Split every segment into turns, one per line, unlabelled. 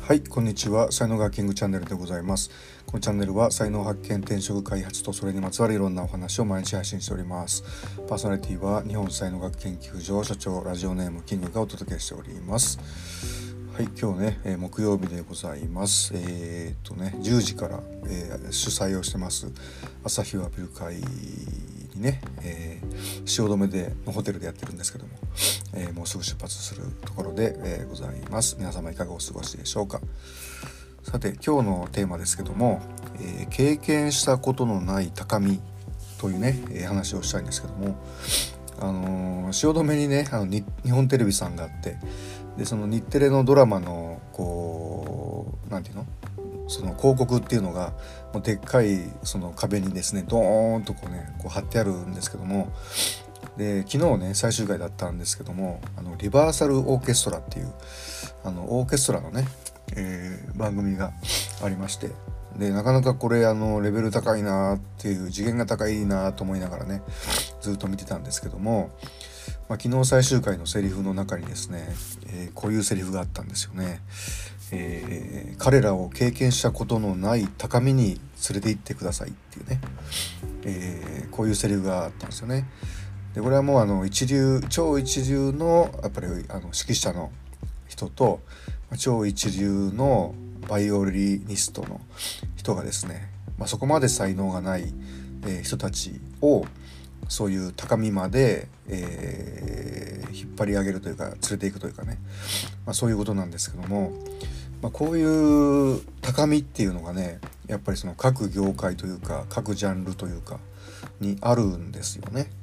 はい、こんにちは。才能学キングチャンネルでございます。このチャンネルは才能発見、転職開発とそれにまつわるいろんなお話を毎日配信しております。パーソナリティは日本才能学研究所所長、ラジオネームキングがお届けしております。はい、今日ね、木曜日でございます。10時から、主催をしてます朝日はビル会にね、汐留のホテルでやってるんですけども、もうすぐ出発するところで、ございます。皆様いかがお過ごしでしょうか。さて今日のテーマですけども、経験したことのない高みというね、話をしたいんですけども、汐留にね日本テレビさんがあって、でその日テレのドラマのなんていうの、その広告っていうのがもうでっかいその壁にですねドーンとこう貼ってあるんですけども、で昨日ね最終回だったんですけども、リバーサルオーケストラっていうオーケストラのね、番組がありまして、でなかなかこれレベル高いなっていう、次元が高いなと思いながらねずっと見てたんですけども、昨日最終回のセリフの中にですね、こういうセリフがあったんですよね。彼らを経験したことのない高みに連れて行ってくださいっていうね、こういうセリフがあったんですよね。でこれはもう超一流のやっぱり指揮者の人と超一流のバイオリニストの人がですね、そこまで才能がない、人たちをそういう高みまで、引っ張り上げるというか連れていくというかね、そういうことなんですけども、こういう高みっていうのがねやっぱりその各業界というか各ジャンルというかにあるんですよね。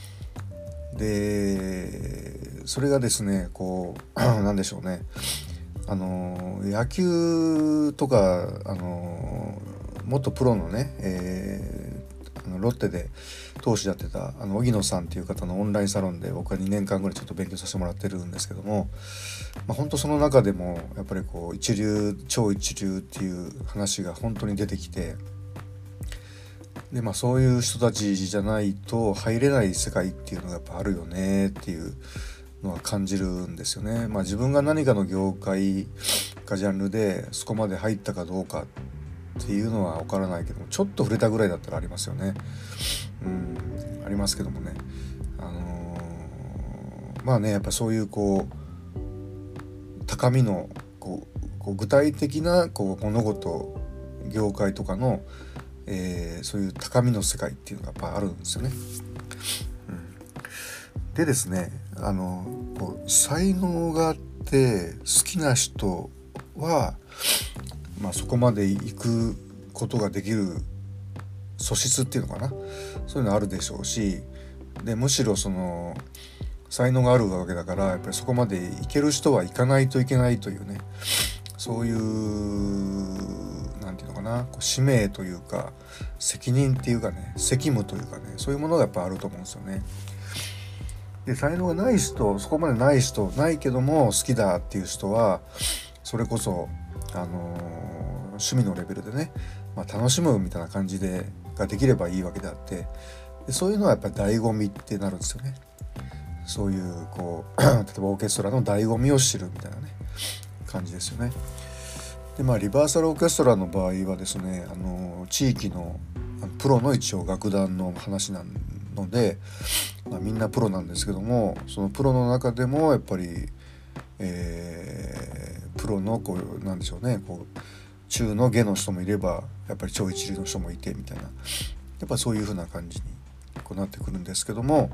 でそれがですねなんでしょうね、野球とか元プロのね、ロッテで投手やってた荻野さんっていう方のオンラインサロンで僕は2年間ぐらいちょっと勉強させてもらってるんですけども、本当その中でもやっぱり一流超一流っていう話が本当に出てきて、でそういう人たちじゃないと入れない世界っていうのがやっぱあるよねっていうのは感じるんですよね。自分が何かの業界かジャンルでそこまで入ったかどうかっていうのは分からないけども、ちょっと触れたぐらいだったらありますよね。ありますけどもね、やっぱそういう高みの具体的な物事業界とかの、そういう高みの世界っていうのがやっぱあるんですよね。でですね、才能があって好きな人は、そこまで行くことができる素質っていうのかな、そういうのあるでしょうし、でむしろその才能があるわけだからやっぱりそこまで行ける人は行かないといけないというね、そういうなんていうのかな、使命というか責任っていうかね、責務というかね、そういうものがやっぱあると思うんですよね。で才能がない人、そこまでない人、ないけども好きだっていう人はそれこそ趣味のレベルでね、楽しむみたいな感じでができればいいわけであって、でそういうのはやっぱり醍醐味ってなるんですよね。そういう例えばオーケストラの醍醐味を知るみたいなね感じですよね。でリバーサルオーケストラの場合はですね、地域のプロの一応楽団の話なので、みんなプロなんですけども、そのプロの中でもやっぱり、プロのなんでしょうね、中の下の人もいればやっぱり超一流の人もいてみたいな、やっぱそういう風な感じになってくるんですけども、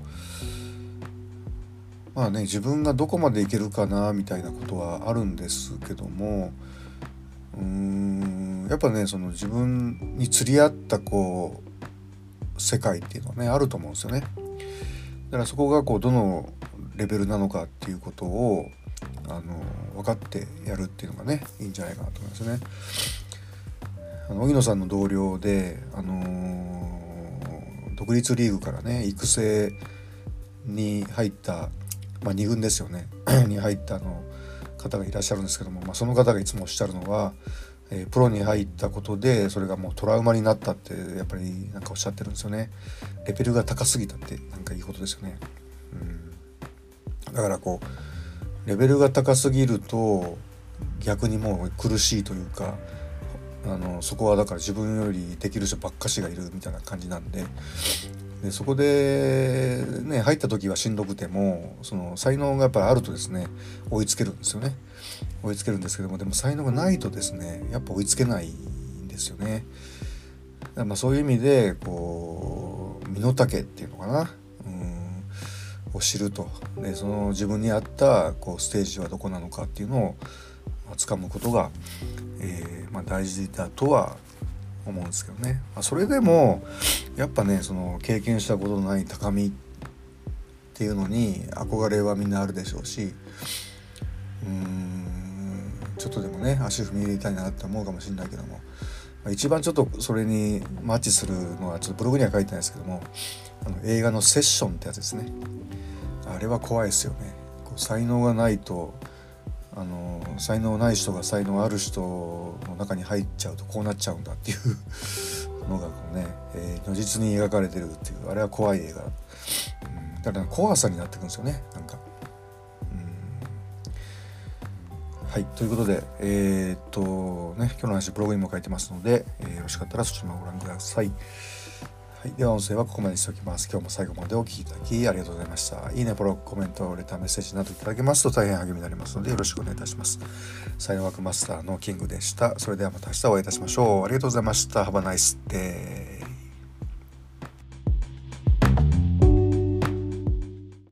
自分がどこまでいけるかなみたいなことはあるんですけども、やっぱねその自分に釣り合った世界っていうのはねあると思うんですよね。だからそこがどのレベルなのかっていうことを分かってやるっていうのがねいいんじゃないかなと思いますね。荻野さんの同僚で、独立リーグからね育成に入った2軍ですよねに入った方がいらっしゃるんですけども、その方がいつもおっしゃるのは、プロに入ったことでそれがもうトラウマになったってやっぱりおっしゃってるんですよね。レベルが高すぎたっていいことですよね。だからレベルが高すぎると逆にもう苦しいというか、そこはだから自分よりできる人ばっかしがいるみたいな感じなんで、そこでね入った時はしんどくても、その才能がやっぱりあるとですね追いつけるんですよね。追いつけるんですけども、でも才能がないとですねやっぱ追いつけないんですよね。まあそういう意味でこう身の丈っていうのかな、を知ると、でその自分に合ったこうステージはどこなのかっていうのを掴むことが、大事だとは思うんですけどね。それでもやっぱねその経験したことのない高みっていうのに憧れはみんなあるでしょうし、ちょっとでもね足踏み入れたいなって思うかもしれないけども、一番ちょっとそれにマッチするのはちょっとブログには書いてないですけども、映画のセッションってやつですね。あれは怖いですよね。こう才能がないと才能ない人が才能ある人の中に入っちゃうとこうなっちゃうんだっていうのがこうね、如実に描かれてるっていう、あれは怖い映画、だから怖さになってくるんですよね、なんか。はい、ということで今日の話ブログにも書いてますので、よろしかったらそちらもご覧ください。はい、では音声はここまでにしておきます。今日も最後までお聞きいただきありがとうございました。いいね、フォロー、コメント、レター、メッセージなどいただけますと大変励みになりますのでよろしくお願いいたします。才能学マスターのキングでした。それではまた明日お会いいたしましょう。ありがとうございました。Have a nice day.